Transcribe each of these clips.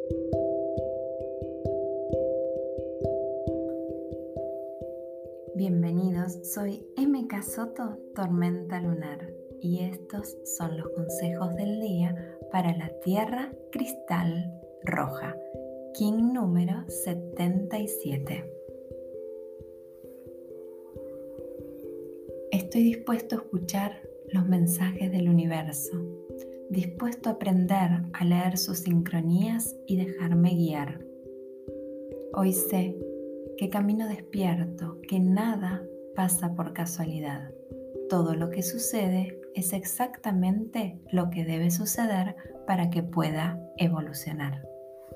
Bienvenidos, soy MK Soto, Tormenta Lunar, y estos son los consejos del día para la Tierra Cristal Roja, King número 77. Estoy dispuesto a escuchar los mensajes del universo, dispuesto a aprender a leer sus sincronías y dejarme guiar. Hoy sé que camino despierto, que nada pasa por casualidad. Todo lo que sucede es exactamente lo que debe suceder para que pueda evolucionar.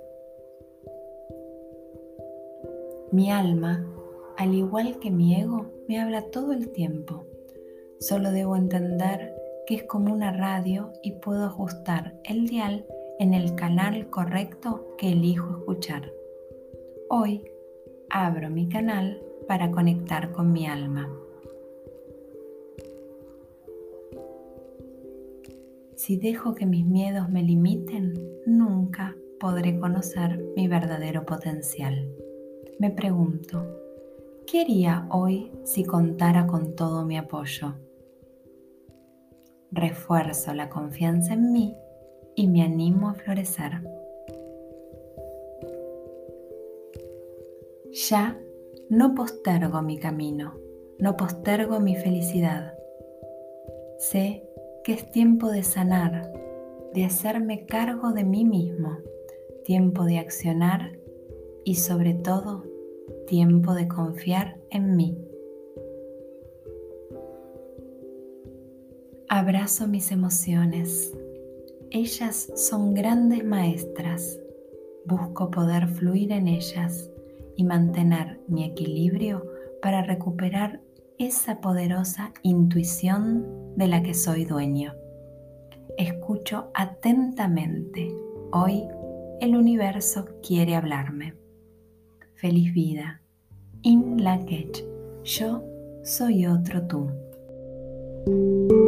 Mi alma, al igual que mi ego, me habla todo el tiempo. Solo debo entender que es como una radio y puedo ajustar el dial en el canal correcto que elijo escuchar. Hoy abro mi canal para conectar con mi alma. Si dejo que mis miedos me limiten, nunca podré conocer mi verdadero potencial. Me pregunto, ¿qué haría hoy si contara con todo mi apoyo? Refuerzo la confianza en mí y me animo a florecer. Ya no postergo mi camino, no postergo mi felicidad. Sé que es tiempo de sanar, de hacerme cargo de mí mismo, tiempo de accionar y sobre todo, tiempo de confiar en mí. Abrazo mis emociones. Ellas son grandes maestras. Busco poder fluir en ellas y mantener mi equilibrio para recuperar esa poderosa intuición de la que soy dueño. Escucho atentamente. Hoy el universo quiere hablarme. Feliz vida. In Lak'ech. Yo soy otro tú.